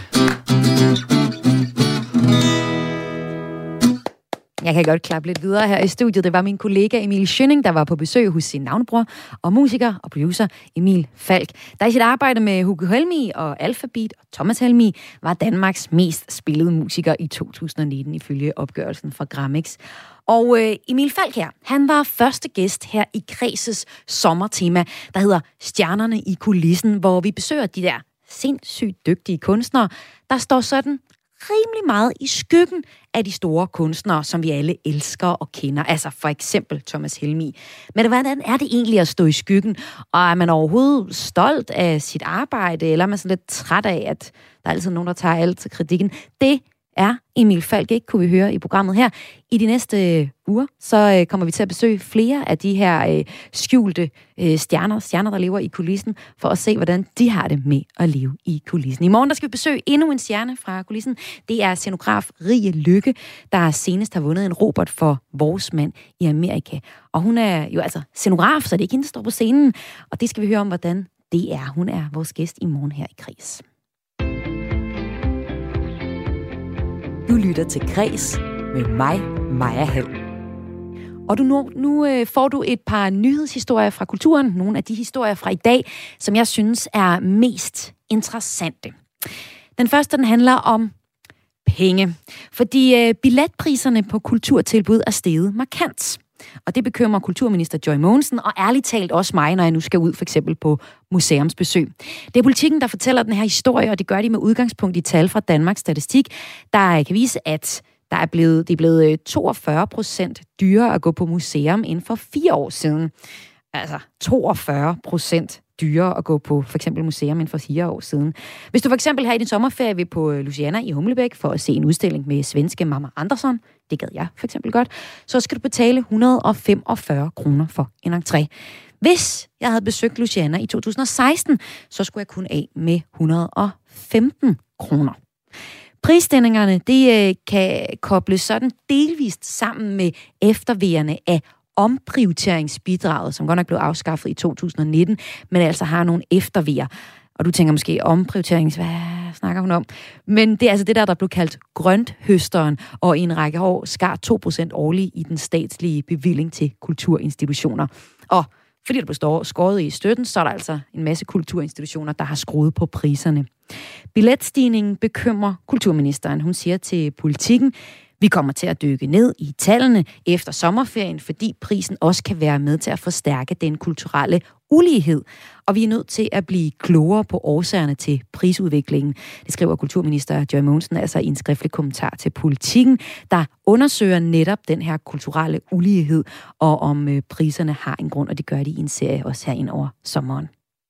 Jeg kan godt klappe lidt videre her i studiet. Det var min kollega Emil Schønning, der var på besøg hos sin navnebror og musiker og producer Emil Falk, der i sit arbejde med Hugo Helmig og Alphabeat og Thomas Helmig var Danmarks mest spillede musiker i 2019 ifølge opgørelsen fra Grammix. Og Emil Falk her, han var første gæst her i Kredses sommertema, der hedder Stjernerne i kulissen, hvor vi besøger de der sindssygt dygtige kunstnere, der står sådan rimelig meget i skyggen af de store kunstnere, som vi alle elsker og kender. Altså for eksempel Thomas Helmig. Men hvordan er det egentlig at stå i skyggen? Og er man overhovedet stolt af sit arbejde, eller er man sådan lidt træt af, at der er altid nogen, der tager alt til kritikken? Det er Emil Falk ikke, kunne vi høre i programmet her. I de næste uger, så kommer vi til at besøge flere af de her skjulte stjerner, der lever i kulissen, for at se, hvordan de har det med at leve i kulissen. I morgen, der skal vi besøge endnu en stjerne fra kulissen. Det er scenograf Rie Lykke, der senest har vundet en Robert for Vores Mand i Amerika. Og hun er jo altså scenograf, så det er ikke hende, der står på scenen. Og det skal vi høre om, hvordan DR. Hun er vores gæst i morgen her i Kres. Du lytter til Kres med mig, Maja Hall. Og nu får du et par nyhedshistorier fra kulturen. Nogle af de historier fra i dag, som jeg synes er mest interessante. Den første, den handler om penge. Fordi billetpriserne på kulturtilbud er steget markant. Og det bekymrer kulturminister Joy Mogensen, og ærligt talt også mig, når jeg nu skal ud for eksempel på museumsbesøg. Det er Politikken, der fortæller den her historie, og det gør de med udgangspunkt i tal fra Danmarks Statistik, der kan vise, at det er blevet 42% dyrere at gå på museum inden for 4 år siden. Altså 42% dyrere at gå på for eksempel museum inden for 4 år siden. Hvis du for eksempel her i din sommerferie vil på Luciana i Humlebæk for at se en udstilling med svenske Mamma Andersson, det gad jeg for eksempel godt, så skal du betale 145 kroner for en entré. Hvis jeg havde besøgt Luciana i 2016, så skulle jeg kun af med 115 kroner. Prisstigningerne, det kan kobles sådan delvist sammen med eftervejerne af omprioriteringsbidraget, som godt nok blev afskaffet i 2019, men altså har nogle eftervejer. Og du tænker måske hvad snakker hun om? Men det er altså det der blev kaldt grønthøsteren, og i en række år skar 2% årligt i den statslige bevilling til kulturinstitutioner. Og fordi der blev skåret i støtten, så er der altså en masse kulturinstitutioner, der har skruet på priserne. Billetstigningen bekymrer kulturministeren. Hun siger til Politikken, vi kommer til at dykke ned i tallene efter sommerferien, fordi prisen også kan være med til at forstærke den kulturelle ulighed. Og vi er nødt til at blive klogere på årsagerne til prisudviklingen. Det skriver kulturminister Joy Mogensen altså i en skriftlig kommentar til Politikken, der undersøger netop den her kulturelle ulighed, og om priserne har en grund, og det gør de i en serie også her ind over sommeren.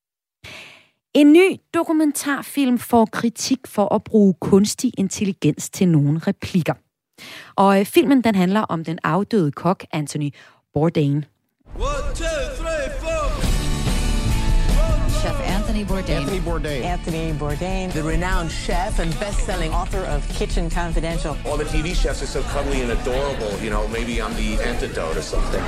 En ny dokumentarfilm får kritik for at bruge kunstig intelligens til nogle replikker. Og filmen, den handler om den afdøde kok Anthony Bourdain. 1, 2, 3, 4. Chef Anthony Bourdain. Anthony Bourdain. Anthony Bourdain, the renowned chef and best-selling author of Kitchen Confidential. All the TV chefs are so cuddly and adorable. You know, maybe I'm the antidote or something.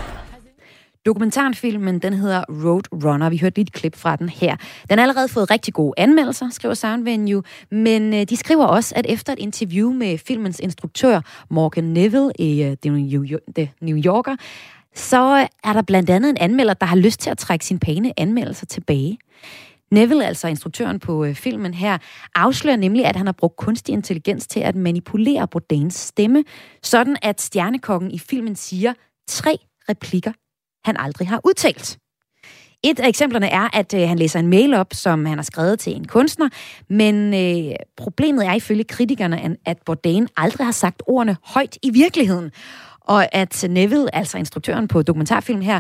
Dokumentarfilmen, den hedder Roadrunner. Vi hørte lige et klip fra den her. Den har allerede fået rigtig gode anmeldelser, skriver Soundvenue, men de skriver også, at efter et interview med filmens instruktør Morgan Neville i The New Yorker, så er der blandt andet en anmelder, der har lyst til at trække sine pæne anmeldelser tilbage. Neville, altså instruktøren på filmen her, afslører nemlig, at han har brugt kunstig intelligens til at manipulere Bourdains stemme, sådan at stjernekokken i filmen siger 3 replikker, han aldrig har udtalt. Et af eksemplerne er, at han læser en mail op, som han har skrevet til en kunstner, men problemet er ifølge kritikerne, at Bourdain aldrig har sagt ordene højt i virkeligheden, og at Neville, altså instruktøren på dokumentarfilmen her,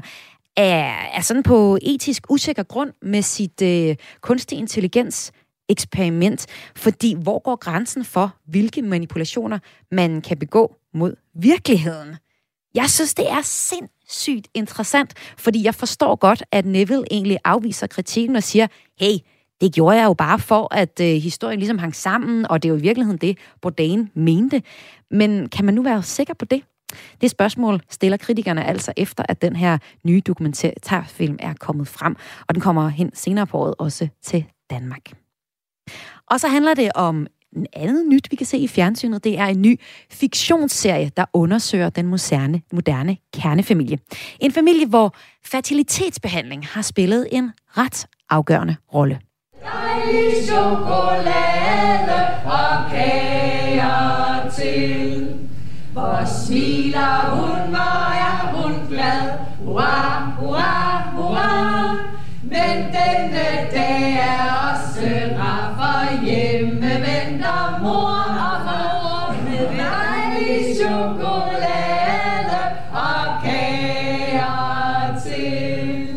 er sådan på etisk usikker grund med sit kunstig intelligens eksperiment, fordi hvor går grænsen for, hvilke manipulationer man kan begå mod virkeligheden? Jeg synes, det er sindssygt interessant, fordi jeg forstår godt, at Neville egentlig afviser kritikken og siger, hey, det gjorde jeg jo bare for, at historien ligesom hang sammen, og det er jo i virkeligheden det, Bourdain mente. Men kan man nu være sikker på det? Det spørgsmål stiller kritikerne altså efter, at den her nye dokumentarfilm er kommet frem, og den kommer hen senere på året også til Danmark. Og så handler det om en andet nyt, vi kan se i fjernsynet. Det er en ny fiktionsserie, der undersøger den moderne kernefamilie. En familie, hvor fertilitetsbehandling har spillet en ret afgørende rolle. Dejlig chokolade og kager til. Hvor smiler hun, hvor er hun glad. Hurra, hurra, hurra. Men denne dag er også rar, for hjemme venter mor og far med dejlig chokolade og kager til.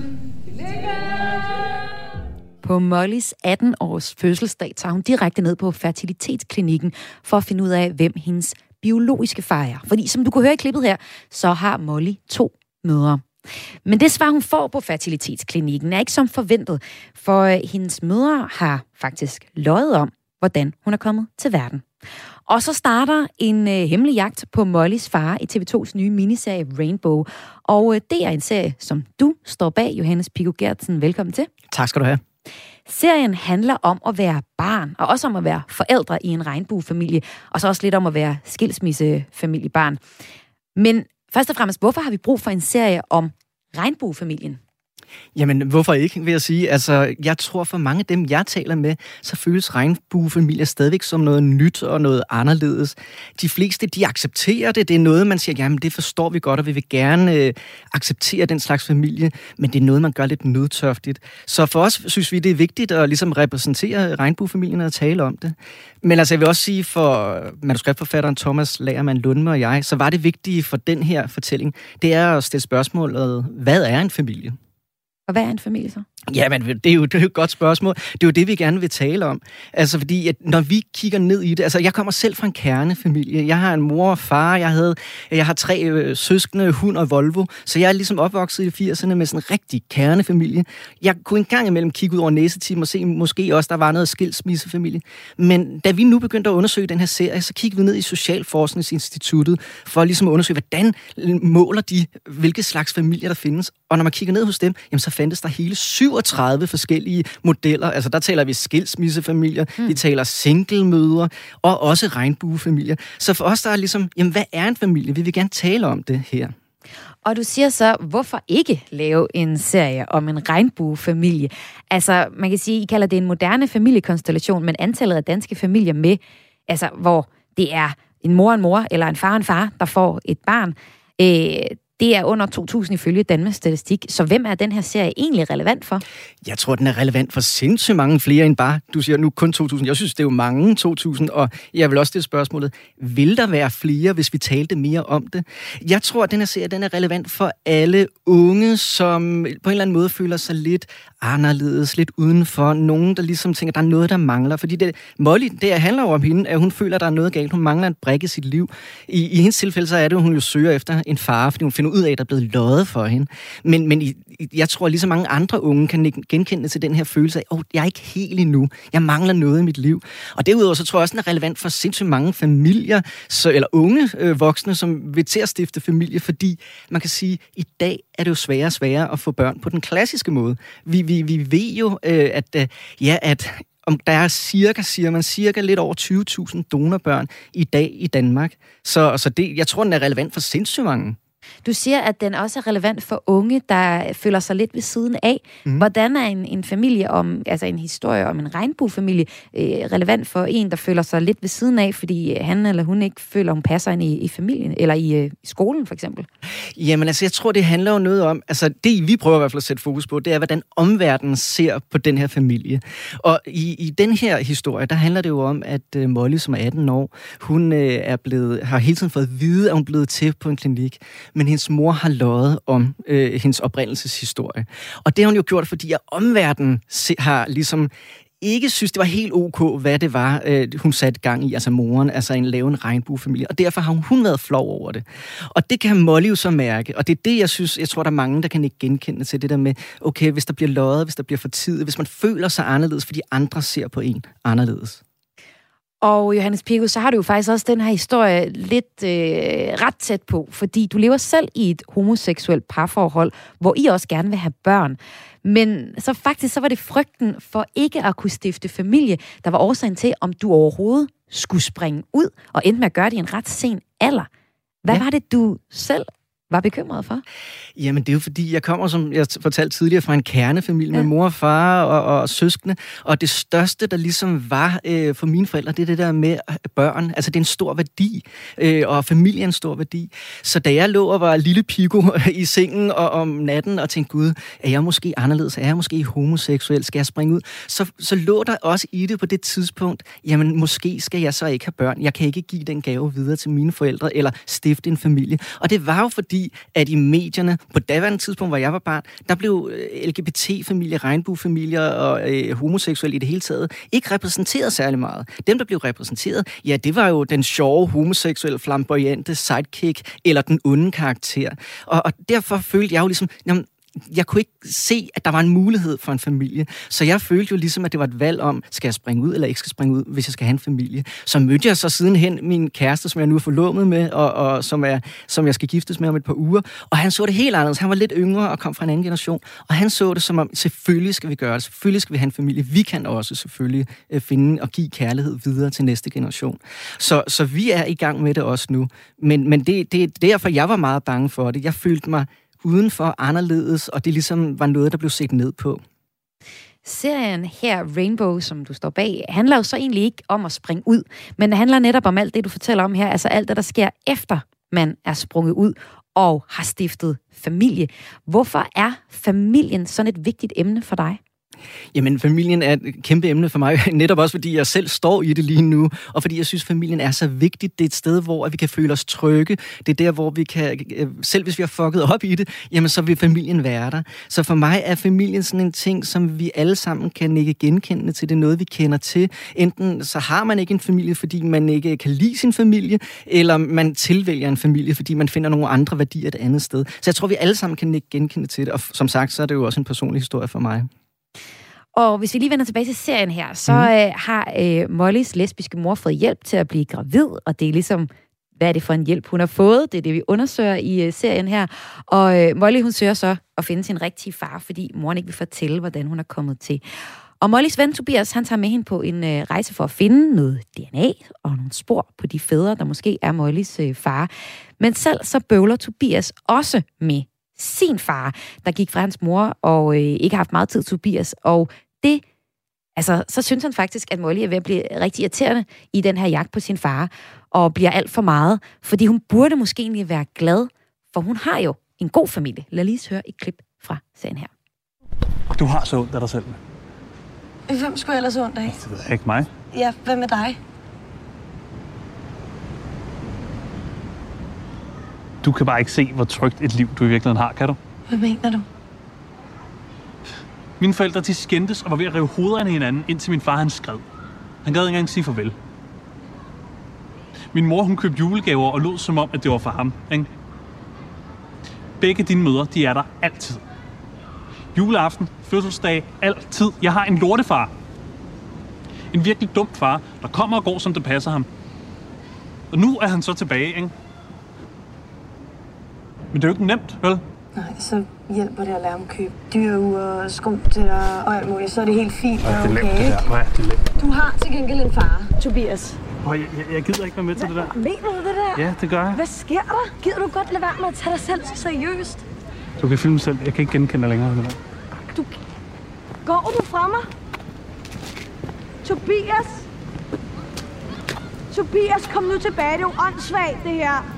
På Mollys 18-års fødselsdag tager hun direkte ned på fertilitetsklinikken for at finde ud af, hvem hendes biologiske far er. Fordi som du kunne høre i klippet her, så har Molly 2 mødre. Men det svar, hun får på fertilitetsklinikken, er ikke som forventet, for hendes mødre har faktisk løjet om, hvordan hun er kommet til verden. Og så starter en hemmelig jagt på Mollys far i TV2's nye miniserie Rainbow. Og det er en serie, som du står bag, Johannes Pico-Gertsen. Velkommen til. Tak skal du have. Serien handler om at være barn, og også om at være forældre i en regnbuefamilie, og så også lidt om at være skilsmissefamiliebarn. Men først og fremmest, hvorfor har vi brug for en serie om regnbuefamilien? Jamen, hvorfor ikke, vil jeg sige. Altså, jeg tror for mange af dem, jeg taler med, så føles regnbuefamilier stadigvæk som noget nyt og noget anderledes. De fleste, de accepterer det. Det er noget, man siger, jamen, det forstår vi godt, og vi vil gerne acceptere den slags familie, men det er noget, man gør lidt nødtørftigt. Så for os synes vi, det er vigtigt at ligesom repræsentere regnbuefamilien og tale om det. Men altså, jeg vil også sige, for manuskriptforfatteren Thomas Lagerman Lundme og jeg, så var det vigtige for den her fortælling, det er at stille spørgsmålet, hvad er en familie? Og hvad er en familie så? Jamen, det er jo et godt spørgsmål. Det er jo det, vi gerne vil tale om. Altså, fordi at når vi kigger ned i det... Altså, jeg kommer selv fra en kernefamilie. Jeg har en mor og far. Jeg har 3 søskende, hund og Volvo. Så jeg er ligesom opvokset i 80'erne med sådan en rigtig kernefamilie. Jeg kunne engang imellem kigge ud over næsetimen og se, måske også, der var noget skilsmissefamilie. Men da vi nu begyndte at undersøge den her serie, så kiggede vi ned i Socialforskningsinstituttet for ligesom at undersøge, hvordan måler de, hvilke slags familier der findes. Og når man kigger ned hos dem, jamen, så fandtes der hele 37 forskellige modeller. Altså, der taler vi skilsmissefamilier, vi taler singlemødre, og også regnbuefamilier. Så for os, der er ligesom, jamen, hvad er en familie? Vi vil gerne tale om det her. Og du siger så, hvorfor ikke lave en serie om en regnbuefamilie? Altså, man kan sige, I kalder det en moderne familiekonstellation, men antallet af danske familier med, altså, hvor det er en mor eller en far, der får et barn, det er under 2.000 ifølge Danmarks Statistik. Så hvem er den her serie egentlig relevant for? Jeg tror, den er relevant for sindssygt mange flere end bare, du siger nu kun 2.000. Jeg synes, det er jo mange 2.000, og jeg vil også stille spørgsmålet, vil der være flere, hvis vi talte mere om det? Jeg tror, at den her serie, den er relevant for alle unge, som på en eller anden måde føler sig lidt anderledes, lidt udenfor. Nogen, der ligesom tænker, der er noget, der mangler. Fordi Molly, det handler jo om hende, at hun føler, at der er noget galt. Hun mangler en brik i sit liv. I hendes tilfælde, så er det jo, hun jo søger efter en far, fordi hun finder ud af, at der er blevet løjet for hende. Men jeg tror, at lige så mange andre unge kan genkende til den her følelse af, jeg er ikke helt endnu. Jeg mangler noget i mit liv. Og derudover, så tror jeg også, den er relevant for sindssygt mange familier, eller unge voksne, som vil til at stifte familie, fordi man kan sige, at i dag er det jo sværere og sværere at få børn på den klassiske måde. Vi ved jo, at om der er cirka lidt over 20.000 donorbørn i dag i Danmark. Så det, jeg tror, den er relevant for sindssygt mange. Du siger, at den også er relevant for unge, der føler sig lidt ved siden af. Hvordan er en familie altså en historie om en regnbuefamilie, relevant for en, der føler sig lidt ved siden af, fordi han eller hun ikke føler, hun passer ind i familien, eller i skolen for eksempel? Jamen altså, jeg tror, det handler jo noget om, altså det vi prøver i hvert fald at sætte fokus på, det er, hvordan omverdenen ser på den her familie. Og i den her historie, der handler det jo om, at Molly, som er 18 år, hun har hele tiden fået at vide, at hun er blevet til på en klinik, men hendes mor har løjet om hendes oprindelseshistorie. Og det har hun jo gjort, fordi at omverdenen har ligesom ikke synes, det var helt ok, hvad det var, hun satte gang i, altså moren, altså lave en regnbuefamilie. Og derfor har hun været flov over det. Og det kan Molly jo så mærke. Og det er det, jeg tror, der er mange, der kan ikke genkende til det der med, okay, hvis der bliver løjet, hvis der bliver fortidet, hvis man føler sig anderledes, fordi andre ser på en anderledes. Og Johannes Pico, så har du jo faktisk også den her historie lidt ret tæt på, fordi du lever selv i et homoseksuelt parforhold, hvor I også gerne vil have børn. Men så faktisk så var det frygten for ikke at kunne stifte familie, der var årsagen til, om du overhovedet skulle springe ud og endte med at gøre det i en ret sen alder. Hvad var det, du selv var bekymret for? Jamen, det er jo fordi, jeg kommer, som jeg fortalte tidligere, fra en kernefamilie med mor og far og søskende, og det største, der ligesom var for mine forældre, det er det der med børn. Altså, det er en stor værdi, og familien er en stor værdi. Så da jeg lå og var lille Pico i sengen og om natten og tænkte, gud, er jeg måske anderledes? Er jeg måske homoseksuel? Skal jeg springe ud? Så lå der også i det på det tidspunkt, jamen, måske skal jeg så ikke have børn. Jeg kan ikke give den gave videre til mine forældre, eller stifte en familie. Og det var jo fordi, at i medierne, på daværende tidspunkt, hvor jeg var barn, der blev LGBT-familier, regnbuefamilier og homoseksuelle i det hele taget ikke repræsenteret særlig meget. Dem, der blev repræsenteret, ja, det var jo den sjove, homoseksuelle, flamboyante sidekick, eller den onde karakter. Og derfor følte jeg jo ligesom, jamen, jeg kunne ikke se, at der var en mulighed for en familie. Så jeg følte jo ligesom, at det var et valg om, skal jeg springe ud eller ikke skal springe ud, hvis jeg skal have en familie. Så mødte jeg så sidenhen min kæreste, som jeg nu er forlovet med, og som jeg skal giftes med om et par uger. Og han så det helt anderledes. Han var lidt yngre og kom fra en anden generation. Og han så det som om, selvfølgelig skal vi gøre det. Selvfølgelig skal vi have en familie. Vi kan også selvfølgelig finde og give kærlighed videre til næste generation. Så vi er i gang med det også nu. Men det er derfor, jeg var meget bange for det. Jeg følte mig udenfor, anderledes, og det ligesom var noget, der blev set ned på. Serien her, Rainbow, som du står bag, handler jo så egentlig ikke om at springe ud, men det handler netop om alt det, du fortæller om her, altså alt det, der sker efter man er sprunget ud og har stiftet familie. Hvorfor er familien sådan et vigtigt emne for dig? Jamen, familien er et kæmpe emne for mig, netop også fordi jeg selv står i det lige nu, og fordi jeg synes, familien er så vigtigt. Det er et sted, hvor vi kan føle os trygge. Det er der, hvor vi kan, selv hvis vi har fucket op i det, jamen så vil familien være der. Så for mig er familien sådan en ting, som vi alle sammen kan nikke genkendende til. Det er noget, vi kender til. Enten så har man ikke en familie, fordi man ikke kan lide sin familie, eller man tilvælger en familie, fordi man finder nogle andre værdier et andet sted. Så jeg tror, vi alle sammen kan nikke genkendende til det, og som sagt, så er det jo også en personlig historie for mig. Og hvis vi lige vender tilbage til serien her, så har Mollys lesbiske mor fået hjælp til at blive gravid, og det er ligesom, hvad er det for en hjælp, hun har fået? Det er det, vi undersøger i serien her. Og Molly, hun søger så at finde sin rigtige far, fordi moren ikke vil fortælle, hvordan hun er kommet til. Og Mollys ven Tobias, han tager med hende på en rejse for at finde noget DNA og nogle spor på de fædre, der måske er Mollys far. Men selv så bøvler Tobias også med sin far, der gik fra hans mor og ikke har haft meget tid til Tobias. Og det, altså, så synes han faktisk, at Molly er ved at blive rigtig irriterende i den her jagt på sin far, og bliver alt for meget, fordi hun burde måske egentlig være glad, for hun har jo en god familie. Lad lige høre et klip fra serien her. Du har så ondt af dig selv. Hvem skulle ellers ondt af? Det ved jeg ikke, mig. Ja, hvad med dig? Du kan bare ikke se, hvor trygt et liv du i virkeligheden har, kan du? Hvad mener du? Mine forældre, de skændtes og var ved at rive hovederne af hinanden, indtil min far han skred. Han gad ikke engang sige farvel. Min mor, hun købte julegaver og lod som om, at det var for ham, ikke? Begge dine mødre, de er der altid. Juleaften, fødselsdag, altid. Jeg har en lortefar. En virkelig dum far, der kommer og går, som det passer ham. Og nu er han så tilbage, ikke? Men det er jo ikke nemt, vel? Nej, så hjælper det at lære om købe dyreuger, sko til dig og alt muligt. Så er det helt fint og okay, ikke? Du har til gengæld en far, Tobias. Jeg gider ikke være med til det der. Mener du det der? Ja, det gør jeg. Hvad sker der? Gider du godt lade være med at tage dig selv så seriøst? Du kan filme selv. Jeg kan ikke genkende dig længere. Går du fra mig? Tobias? Tobias, kom nu tilbage. Det er jo åndssvagt, det her.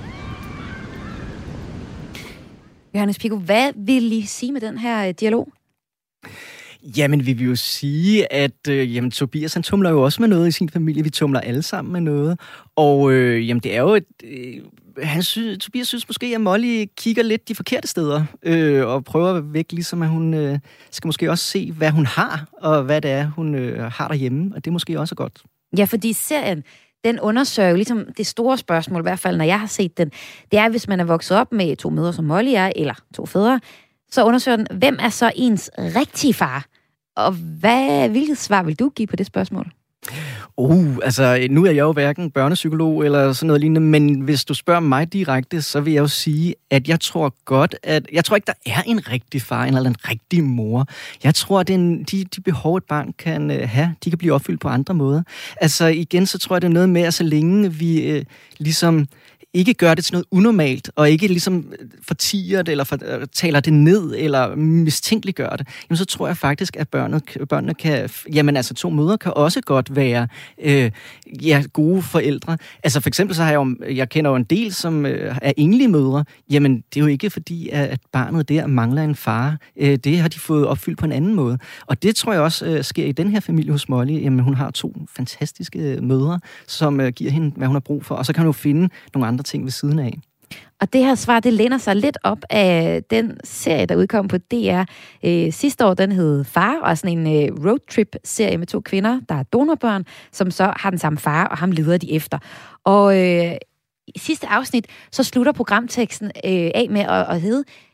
Johannes Pico, hvad vil I sige med den her dialog? Jamen, vi vil jo sige, at Tobias, han tumler jo også med noget i sin familie. Vi tumler alle sammen med noget. Og det er jo Tobias synes måske, at Molly kigger lidt de forkerte steder, og prøver væk, ligesom at hun skal måske også se, hvad hun har, og hvad det er, hun har derhjemme. Og det er måske også godt. Ja, fordi serien, den undersøger jo ligesom det store spørgsmål, i hvert fald når jeg har set den. Det er, hvis man er vokset op med 2 mødre, som Molly er, eller 2 fædre, så undersøger den, hvem er så ens rigtige far? Og hvilket svar vil du give på det spørgsmål? Altså, nu er jeg jo hverken børnepsykolog eller sådan noget lignende, men hvis du spørger mig direkte, så vil jeg jo sige, at jeg tror ikke, der er en rigtig far eller en rigtig mor. Jeg tror, at de behov, et barn kan have, de kan blive opfyldt på andre måder. Altså, igen, så tror jeg, det er noget med, at så længe vi ligesom ikke gør det til noget unormalt, og ikke ligesom fortiger det, eller taler det ned, eller mistænkeliggør det, jamen så tror jeg faktisk, at børnene kan, jamen altså 2 mødre kan også godt være gode forældre. Altså for eksempel så har jeg kender jo en del, som er enlige mødre, jamen det er jo ikke fordi, at barnet der mangler en far. Det har de fået opfyldt på en anden måde. Og det tror jeg også sker i den her familie hos Molly. Jamen hun har 2 fantastiske mødre, som giver hende, hvad hun har brug for, og så kan hun jo finde nogle andre ting ved siden af. Og det her svar, det læner sig lidt op af den serie, der udkom på DR sidste år. Den hed Far, og sådan en roadtrip-serie med 2 kvinder, der er donorbørn, som så har den samme far, og ham leder de efter. Og i sidste afsnit, så slutter programteksten af med at hedde,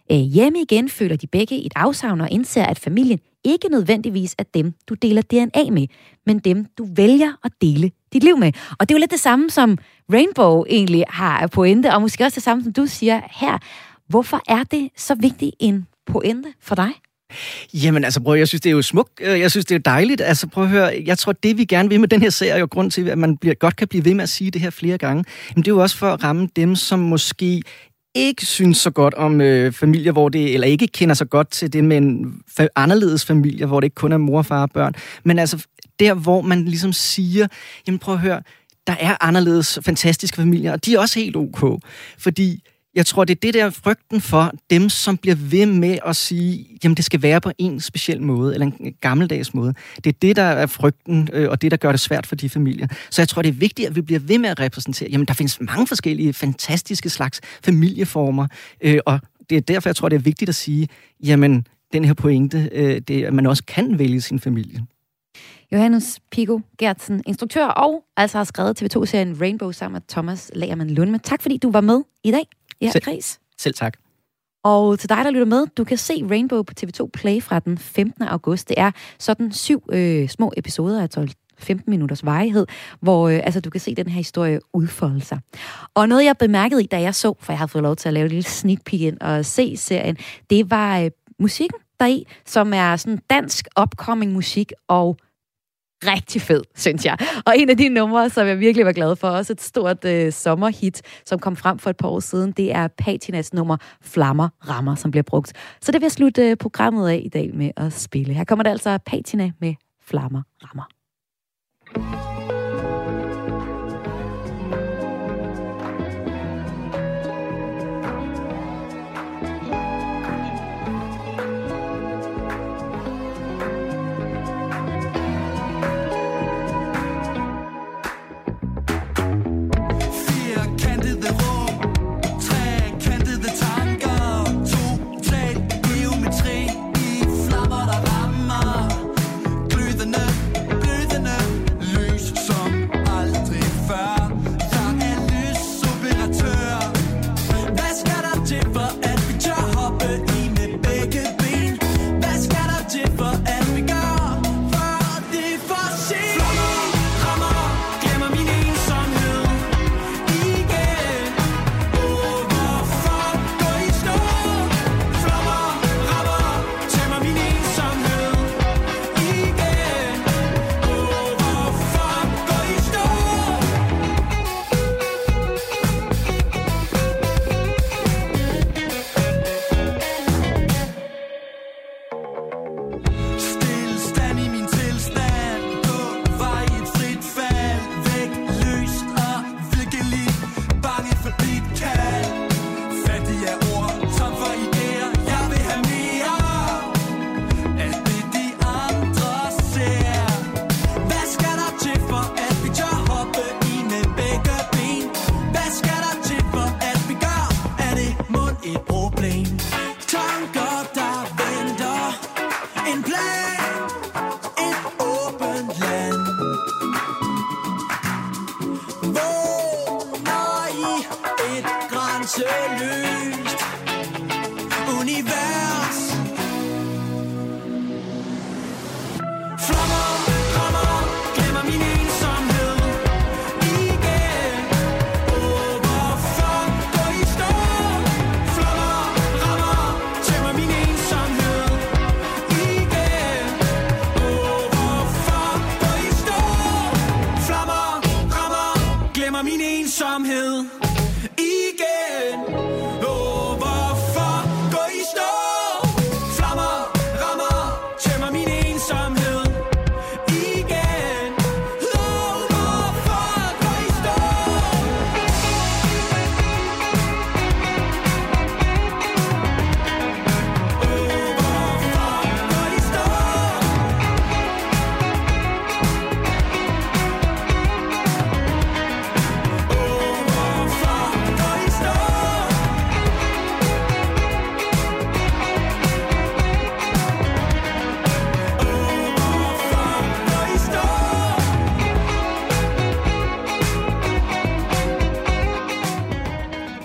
Hjemme igen føler de begge et afsavn og indser, at familien ikke nødvendigvis er dem, du deler DNA med, men dem, du vælger at dele dit liv med. Og det er jo lidt det samme, som Rainbow egentlig har pointe, og måske også det samme, som du siger her. Hvorfor er det så vigtig en pointe for dig? Jamen altså, prøv, jeg synes, det er jo smukt. Jeg synes, det er dejligt. Altså, prøv at høre, jeg tror, det vi gerne vil med den her serie, og grund til, at man godt kan blive ved med at sige det her flere gange, men det er jo også for at ramme dem, som måske ikke synes så godt om familier, hvor det, eller ikke kender så godt til det med en anderledes familie, hvor det ikke kun er mor, far og børn, men altså der, hvor man ligesom siger, jamen prøv at høre, der er anderledes fantastiske familier, og de er også helt ok, fordi jeg tror, det er det der frygten for dem, som bliver ved med at sige, jamen det skal være på en speciel måde, eller en gammeldags måde. Det er det, der er frygten, og det, der gør det svært for de familier. Så jeg tror, det er vigtigt, at vi bliver ved med at repræsentere. Jamen der findes mange forskellige fantastiske slags familieformer, og det er derfor, jeg tror, det er vigtigt at sige, jamen den her pointe, det er, at man også kan vælge sin familie. Johannes Pico Gertsen, instruktør og altså har skrevet TV2-serien Rainbow sammen med Thomas Lagerman Lundme. Tak fordi du var med i dag. Ja, Chris. Selv tak. Og til dig, der lytter med, du kan se Rainbow på TV2 Play fra den 15. august. Det er sådan 7 små episoder af 12-15 minutters varighed, hvor du kan se den her historie udfolde sig. Og noget, jeg bemærkede i, da jeg så, for jeg har fået lov til at lave et lille sneak peek ind og se serien, det var musikken deri, som er sådan dansk upcoming musik og rigtig fed, synes jeg. Og en af de numre, som jeg virkelig var glad for, også et stort sommerhit, som kom frem for et par år siden, det er Patinas nummer Flammer Rammer, som bliver brugt. Så det vil jeg slutte programmet af i dag med at spille. Her kommer det altså Patina med Flammer Rammer.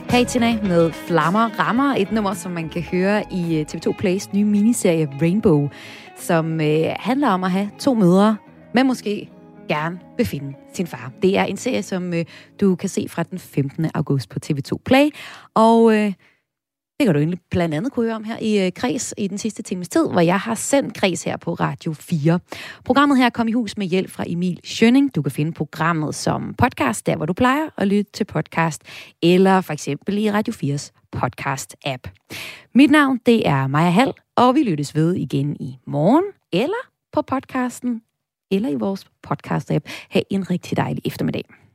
Patina med Flammer rammer, et nummer, som man kan høre i TV2 Plays nye miniserie Rainbow, som handler om at have 2 mødre, men måske gerne vil finde sin far. Det er en serie, som du kan se fra den 15. august på TV2 Play, og det kan du egentlig blandt andet kunne høre om her i Kreds i den sidste times tid, hvor jeg har sendt Kreds her på Radio 4. Programmet her kom i hus med hjælp fra Emil Schønning. Du kan finde programmet som podcast, der hvor du plejer at lytte til podcast, eller for eksempel i Radio 4's podcast-app. Mit navn, det er Maja Hall, og vi lyttes ved igen i morgen, eller på podcasten, eller i vores podcast-app. Ha' en rigtig dejlig eftermiddag.